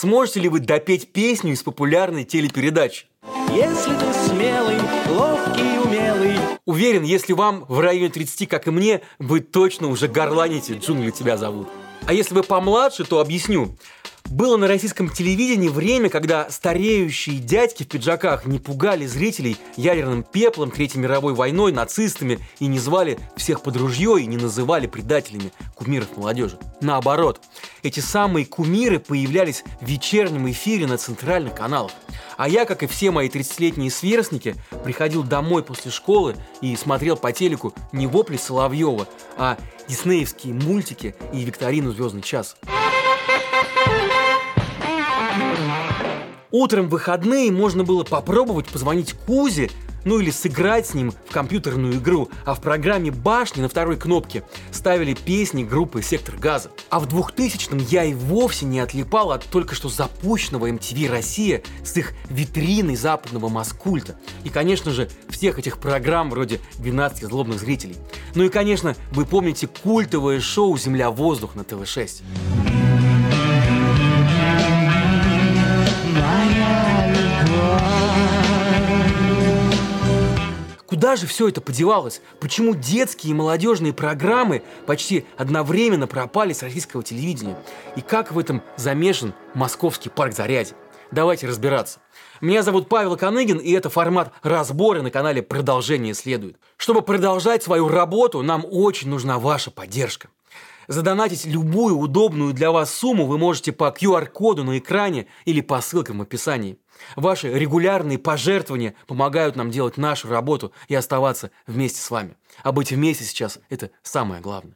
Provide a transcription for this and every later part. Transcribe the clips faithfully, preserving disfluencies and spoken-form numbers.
Сможете ли вы допеть песню из популярной телепередачи? Если ты смелый, ловкий, умелый. Уверен, если вам в районе тридцати, как и мне, вы точно уже горланите «Джунгли тебя зовут». А если вы помладше, то объясню. Было на российском телевидении время, когда стареющие дядьки в пиджаках не пугали зрителей ядерным пеплом, Третьей мировой войной, нацистами и не звали всех под ружье и не называли предателями кумиров молодежи. Наоборот, эти самые кумиры появлялись в вечернем эфире на центральных каналах. А я, как и все мои тридцатилетние сверстники, приходил домой после школы и смотрел по телеку не вопли Соловьева, а диснеевские мультики и викторину «Звездный час». Утром в выходные можно было попробовать позвонить Кузе, ну или сыграть с ним в компьютерную игру, а в программе «Башни» на второй кнопке ставили песни группы «Сектор газа». А в двухтысячном я и вовсе не отлипал от только что запущенного эм ти ви «Россия» с их витриной западного маскульта. И, конечно же, всех этих программ вроде «двенадцати злобных зрителей». Ну и, конечно, вы помните культовое шоу «Земля-воздух» на тэ вэ шесть. Куда же все это подевалось? Почему детские и молодежные программы почти одновременно пропали с российского телевидения? И как в этом замешан московский парк Зарядье? Давайте разбираться. Меня зовут Павел Коныгин, и это формат разбора на канале «Продолжение следует». Чтобы продолжать свою работу, нам очень нужна ваша поддержка. Задонатить любую удобную для вас сумму вы можете по ку ар коду на экране или по ссылкам в описании. Ваши регулярные пожертвования помогают нам делать нашу работу и оставаться вместе с вами. А быть вместе сейчас – это самое главное.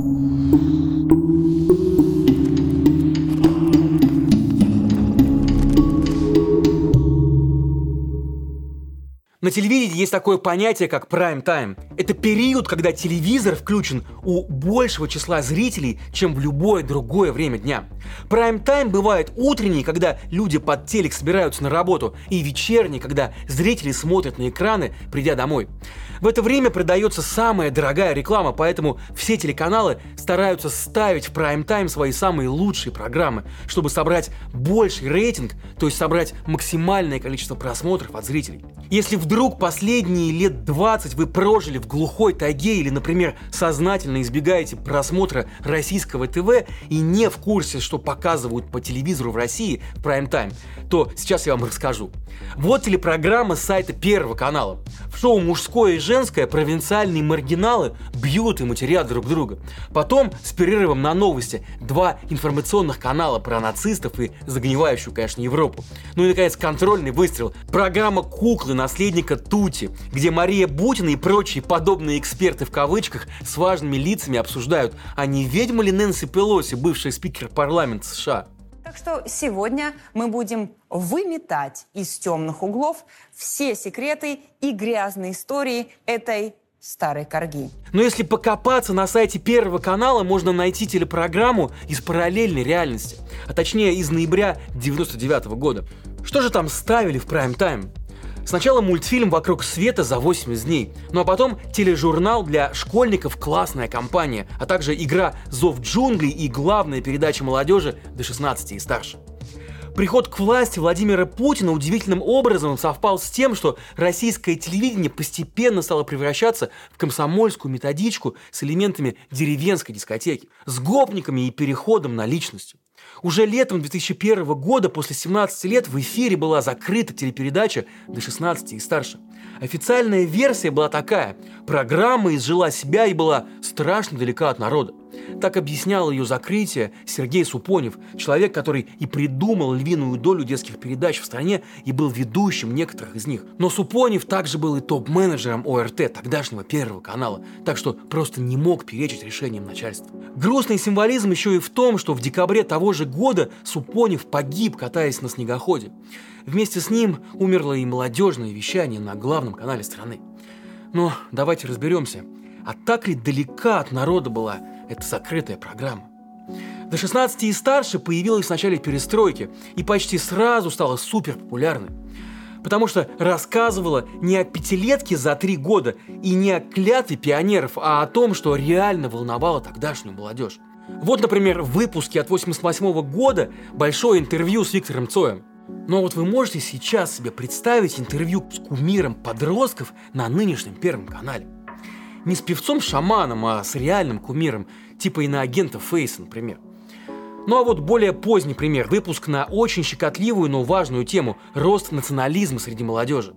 На телевидении есть такое понятие, как прайм-тайм. Это период, когда телевизор включен у большего числа зрителей, чем в любое другое время дня. Прайм-тайм бывает утренний, когда люди под телек собираются на работу, и вечерний, когда зрители смотрят на экраны, придя домой. В это время продается самая дорогая реклама, поэтому все телеканалы стараются ставить в прайм-тайм свои самые лучшие программы, чтобы собрать больший рейтинг, то есть собрать максимальное количество просмотров от зрителей. Если вдруг последние лет двадцать вы прожили в глухой тайге или, например, сознательно избегаете просмотра российского ТВ и не в курсе, что показывают по телевизору в России в прайм-тайм, то сейчас я вам расскажу. Вот телепрограмма с сайта Первого канала. В шоу «Мужское и женское» провинциальные маргиналы бьют и матерят друг друга. Потом, с перерывом на новости, два информационных канала про нацистов и загнивающую, конечно, Европу. Ну и, наконец, контрольный выстрел. Программа «Куклы» наследника Тути, где Мария Бутина и прочие подобные эксперты в кавычках с важными лицами обсуждают, а не ведьма ли Нэнси Пелоси, бывший спикер парламента США. Так что сегодня мы будем выметать из темных углов все секреты и грязные истории этой старой корги. Но если покопаться на сайте Первого канала, можно найти телепрограмму из параллельной реальности, а точнее из ноября девяносто девятого года. Что же там ставили в прайм-тайм? Сначала мультфильм «Вокруг света» за восемьдесят дней, ну а потом тележурнал для школьников «Классная компания», а также игра «Зов джунглей» и главная передача молодежи до шестнадцати и старше. Приход к власти Владимира Путина удивительным образом совпал с тем, что российское телевидение постепенно стало превращаться в комсомольскую методичку с элементами деревенской дискотеки, с гопниками и переходом на личность. Уже летом две тысячи первого года, после семнадцати лет, в эфире была закрыта телепередача до шестнадцати и старше. Официальная версия была такая: программа изжила себя и была страшно далека от народа. Так объяснял ее закрытие Сергей Супонев, человек, который и придумал львиную долю детских передач в стране и был ведущим некоторых из них. Но Супонев также был и топ-менеджером о эр тэ, тогдашнего Первого канала, так что просто не мог перечить решениям начальства. Грустный символизм еще и в том, что в декабре того же года Супонев погиб, катаясь на снегоходе. Вместе с ним умерло и молодежное вещание на главном канале страны. Но давайте разберемся, а так ли далека от народа была эта закрытая программа? До шестнадцати и старше появилась в начале перестройки и почти сразу стала супер популярной. Потому что рассказывала не о пятилетке за три года и не о клятве пионеров, а о том, что реально волновало тогдашнюю молодежь. Вот, например, в выпуске от восемьдесят восьмого года большое интервью с Виктором Цоем. Но вот вы можете сейчас себе представить интервью с кумиром подростков на нынешнем Первом канале. Не с певцом-шаманом, а с реальным кумиром, типа иноагента Фейса, например. Ну а вот более поздний пример – выпуск на очень щекотливую, но важную тему – рост национализма среди молодежи.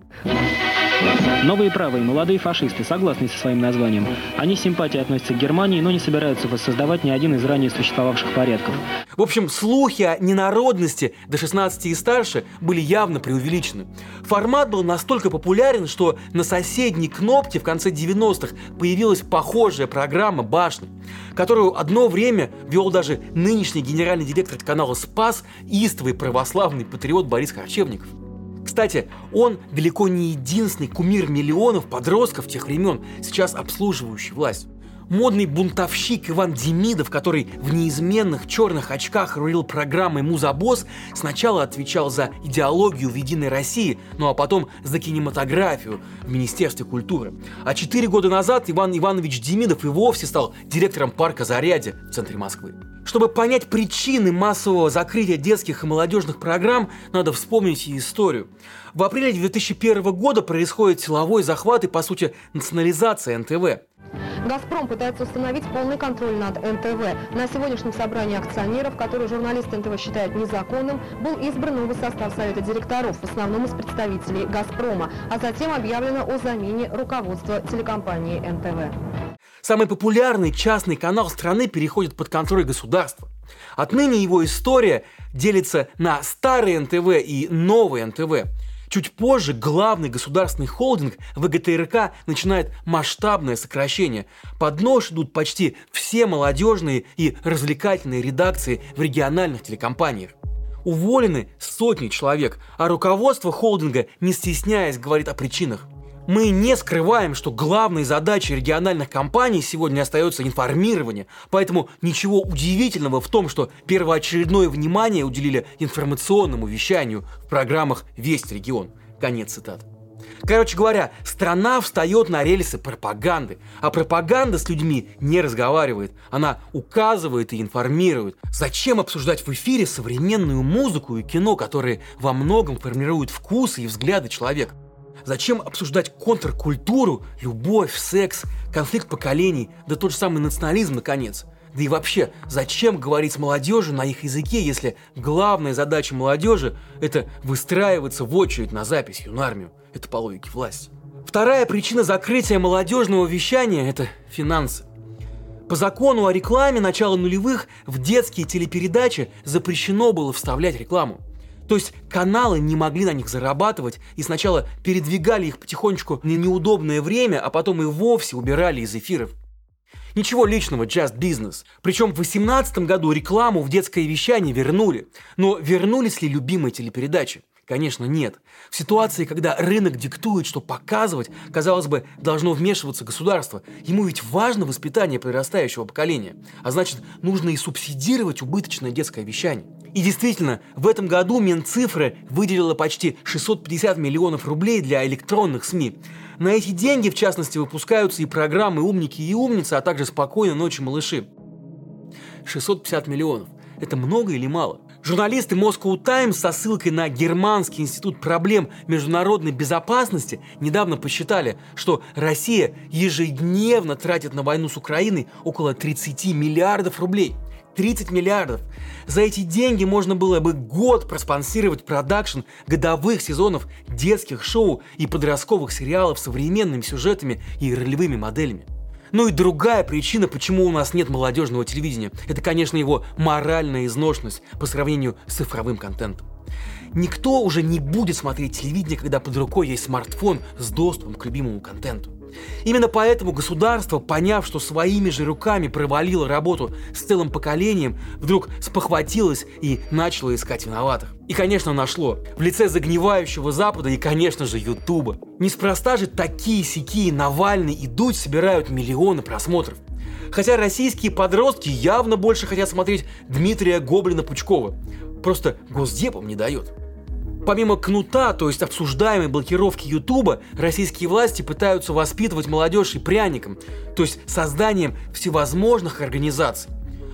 Новые правые, молодые фашисты, согласны со своим названием. Они с симпатией относятся к Германии, но не собираются воссоздавать ни один из ранее существовавших порядков. В общем, слухи о ненародности до шестнадцати и старше были явно преувеличены. Формат был настолько популярен, что на соседней кнопке в конце девяностых появилась похожая программа «Башня», которую одно время вел даже нынешний генеральный директор канала «Спас», истовый православный патриот Борис Корчевников. Кстати, он далеко не единственный кумир миллионов подростков тех времен, сейчас обслуживающий власть. Модный бунтовщик Иван Демидов, который в неизменных черных очках рулил программой «Музабосс», сначала отвечал за идеологию в «Единой России», ну а потом за кинематографию в Министерстве культуры. А четыре года назад Иван Иванович Демидов и вовсе стал директором парка «Зарядье» в центре Москвы. Чтобы понять причины массового закрытия детских и молодежных программ, надо вспомнить и историю. В апреле две тысячи первого года происходит силовой захват и, по сути, национализация эн тэ вэ. «Газпром» пытается установить полный контроль над эн тэ вэ. На сегодняшнем собрании акционеров, который журналисты эн тэ вэ считают незаконным, был избран новый состав Совета директоров, в основном из представителей «Газпрома», а затем объявлено о замене руководства телекомпании эн тэ вэ. Самый популярный частный канал страны переходит под контроль государства. Отныне его история делится на старый эн тэ вэ и новый эн тэ вэ. Чуть позже главный государственный холдинг вэ гэ тэ эр ка начинает масштабное сокращение. Под нож идут почти все молодежные и развлекательные редакции в региональных телекомпаниях. Уволены сотни человек, а руководство холдинга, не стесняясь, говорит о причинах. Мы не скрываем, что главной задачей региональных компаний сегодня остается информирование, поэтому ничего удивительного в том, что первоочередное внимание уделили информационному вещанию в программах «Весь регион». Конец цитаты. Короче говоря, страна встает на рельсы пропаганды, а пропаганда с людьми не разговаривает, она указывает и информирует. Зачем обсуждать в эфире современную музыку и кино, которые во многом формируют вкусы и взгляды человека? Зачем обсуждать контркультуру, любовь, секс, конфликт поколений, да тот же самый национализм, наконец? Да и вообще, зачем говорить с молодежью на их языке, если главная задача молодежи – это выстраиваться в очередь на запись в юнармию? Это по логике власти. Вторая причина закрытия молодежного вещания – это финансы. По закону о рекламе начала нулевых в детские телепередачи запрещено было вставлять рекламу. То есть каналы не могли на них зарабатывать и сначала передвигали их потихонечку на неудобное время, а потом и вовсе убирали из эфиров. Ничего личного, just business. Причем в две тысячи восемнадцатом году рекламу в детское вещание вернули. Но вернулись ли любимые телепередачи? Конечно, нет. В ситуации, когда рынок диктует, что показывать, казалось бы, должно вмешиваться государство. Ему ведь важно воспитание подрастающего поколения. А значит, нужно и субсидировать убыточное детское вещание. И действительно, в этом году Минцифры выделила почти шестьсот пятьдесят миллионов рублей для электронных СМИ. На эти деньги, в частности, выпускаются и программы «Умники и умницы», а также «Спокойной ночи, малыши». шестьсот пятьдесят миллионов. Это много или мало? Журналисты Moscow Times со ссылкой на Германский институт проблем международной безопасности недавно посчитали, что Россия ежедневно тратит на войну с Украиной около тридцать миллиардов рублей. тридцать миллиардов. За эти деньги можно было бы год проспонсировать продакшн годовых сезонов детских шоу и подростковых сериалов с современными сюжетами и ролевыми моделями. Ну и другая причина, почему у нас нет молодежного телевидения, это, конечно, его моральная изношенность по сравнению с цифровым контентом. Никто уже не будет смотреть телевидение, когда под рукой есть смартфон с доступом к любимому контенту. Именно поэтому государство, поняв, что своими же руками провалило работу с целым поколением, вдруг спохватилось и начало искать виноватых. И, конечно, нашло. В лице загнивающего Запада и, конечно же, Ютуба. Неспроста же такие-сякие Навальный и Дудь собирают миллионы просмотров. Хотя российские подростки явно больше хотят смотреть Дмитрия Гоблина-Пучкова. Просто Госдепом не дает. Помимо кнута, то есть обсуждаемой блокировки Ютуба, российские власти пытаются воспитывать молодежь и пряником, то есть созданием всевозможных организаций.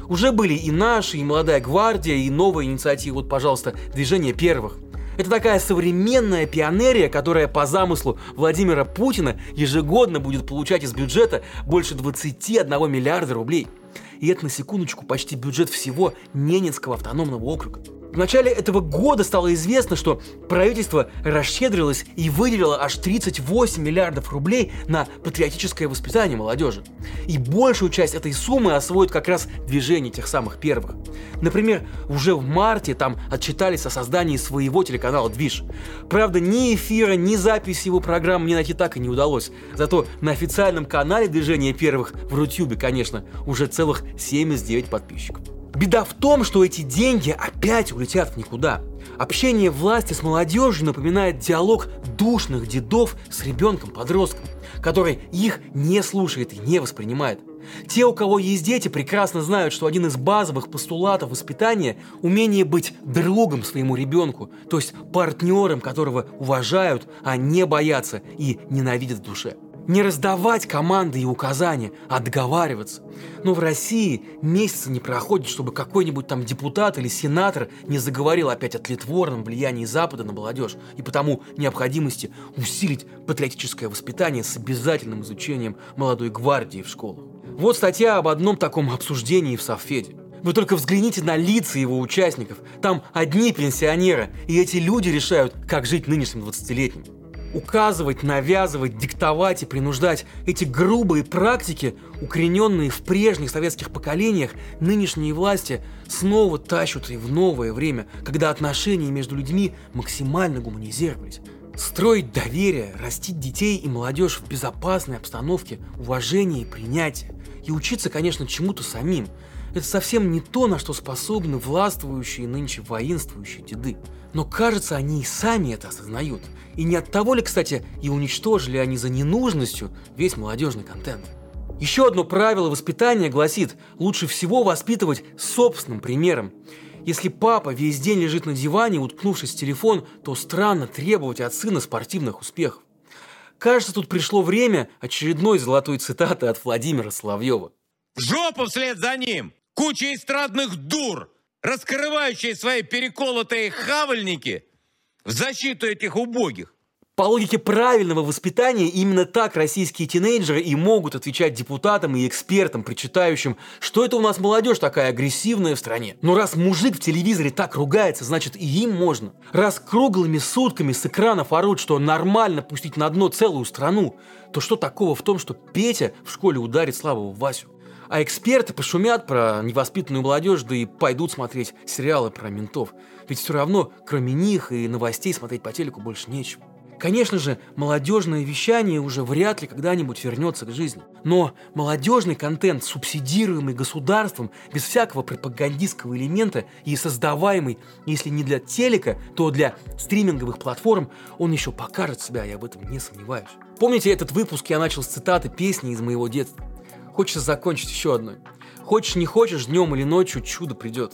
Уже были и наши, и «Молодая гвардия», и новая инициатива, вот, пожалуйста, «Движение первых». Это такая современная пионерия, которая по замыслу Владимира Путина ежегодно будет получать из бюджета больше двадцати одного миллиарда рублей. И это, на секундочку, почти бюджет всего Ненецкого автономного округа. В начале этого года стало известно, что правительство расщедрилось и выделило аж тридцать восемь миллиардов рублей на патриотическое воспитание молодежи. И большую часть этой суммы освоит как раз движение тех самых первых. Например, уже в марте там отчитались о создании своего телеканала «Движ». Правда, ни эфира, ни записи его программ мне найти так и не удалось. Зато на официальном канале движения первых в Рутюбе, конечно, уже целых семьдесят девять подписчиков. Беда в том, что эти деньги опять улетят в никуда. Общение власти с молодежью напоминает диалог душных дедов с ребенком-подростком, который их не слушает и не воспринимает. Те, у кого есть дети, прекрасно знают, что один из базовых постулатов воспитания – умение быть другом своему ребенку, то есть партнером, которого уважают, а не боятся и ненавидят в душе. Не раздавать команды и указания, а договариваться. Но в России месяца не проходит, чтобы какой-нибудь там депутат или сенатор не заговорил опять о тлетворном влиянии Запада на молодежь и потому необходимости усилить патриотическое воспитание с обязательным изучением «Молодой гвардии» в школах. Вот статья об одном таком обсуждении в Совфеде. Вы только взгляните на лица его участников. Там одни пенсионеры, и эти люди решают, как жить нынешним двадцатилетним. Указывать, навязывать, диктовать и принуждать эти грубые практики, укорененные в прежних советских поколениях, нынешние власти снова тащат и в новое время, когда отношения между людьми максимально гуманизировались. Строить доверие, растить детей и молодежь в безопасной обстановке, уважение и принятие. И учиться, конечно, чему-то самим. Это совсем не то, на что способны властвующие нынче воинствующие деды. Но, кажется, они и сами это осознают. И не от того ли, кстати, и уничтожили они за ненужностью весь молодежный контент. Еще одно правило воспитания гласит: лучше всего воспитывать собственным примером. Если папа весь день лежит на диване, уткнувшись в телефон, то странно требовать от сына спортивных успехов. Кажется, тут пришло время очередной золотой цитаты от Владимира Соловьева. В жопу вслед за ним! Куча эстрадных дур, раскрывающие свои переколотые хавальники в защиту этих убогих. По логике правильного воспитания, именно так российские тинейджеры и могут отвечать депутатам и экспертам, причитающим, что это у нас молодежь такая агрессивная в стране. Но раз мужик в телевизоре так ругается, значит и им можно. Раз круглыми сутками с экранов орут, что нормально пустить на дно целую страну, то что такого в том, что Петя в школе ударит слабого Васю? А эксперты пошумят про невоспитанную молодежь, да и пойдут смотреть сериалы про ментов. Ведь все равно, кроме них и новостей, смотреть по телеку больше нечего. Конечно же, молодежное вещание уже вряд ли когда-нибудь вернется к жизни. Но молодежный контент, субсидируемый государством, без всякого пропагандистского элемента и создаваемый, если не для телека, то для стриминговых платформ, он еще покажет себя, я в этом не сомневаюсь. Помните, этот выпуск я начал с цитаты песни из моего детства? Хочется закончить еще одной. Хочешь, не хочешь, днем или ночью чудо придет.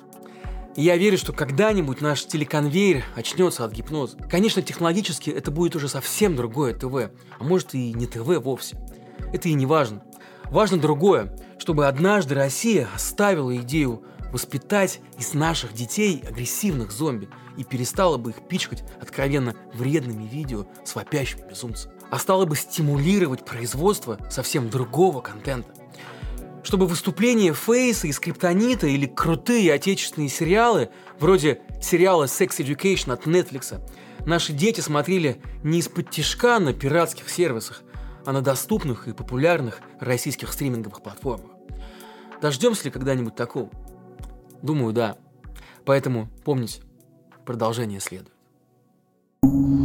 И я верю, что когда-нибудь наш телеконвейер очнется от гипноза. Конечно, технологически это будет уже совсем другое ТВ, а может и не ТВ вовсе. Это и не важно. Важно другое, чтобы однажды Россия оставила идею воспитать из наших детей агрессивных зомби и перестала бы их пичкать откровенно вредными видео с вопящим безумцем, а стала бы стимулировать производство совсем другого контента. Чтобы выступления Фейса и Скриптонита или крутые отечественные сериалы, вроде сериала Sex Education от Netflix, наши дети смотрели не из-под тишка на пиратских сервисах, а на доступных и популярных российских стриминговых платформах. Дождемся ли когда-нибудь такого? Думаю, да. Поэтому помните, продолжение следует.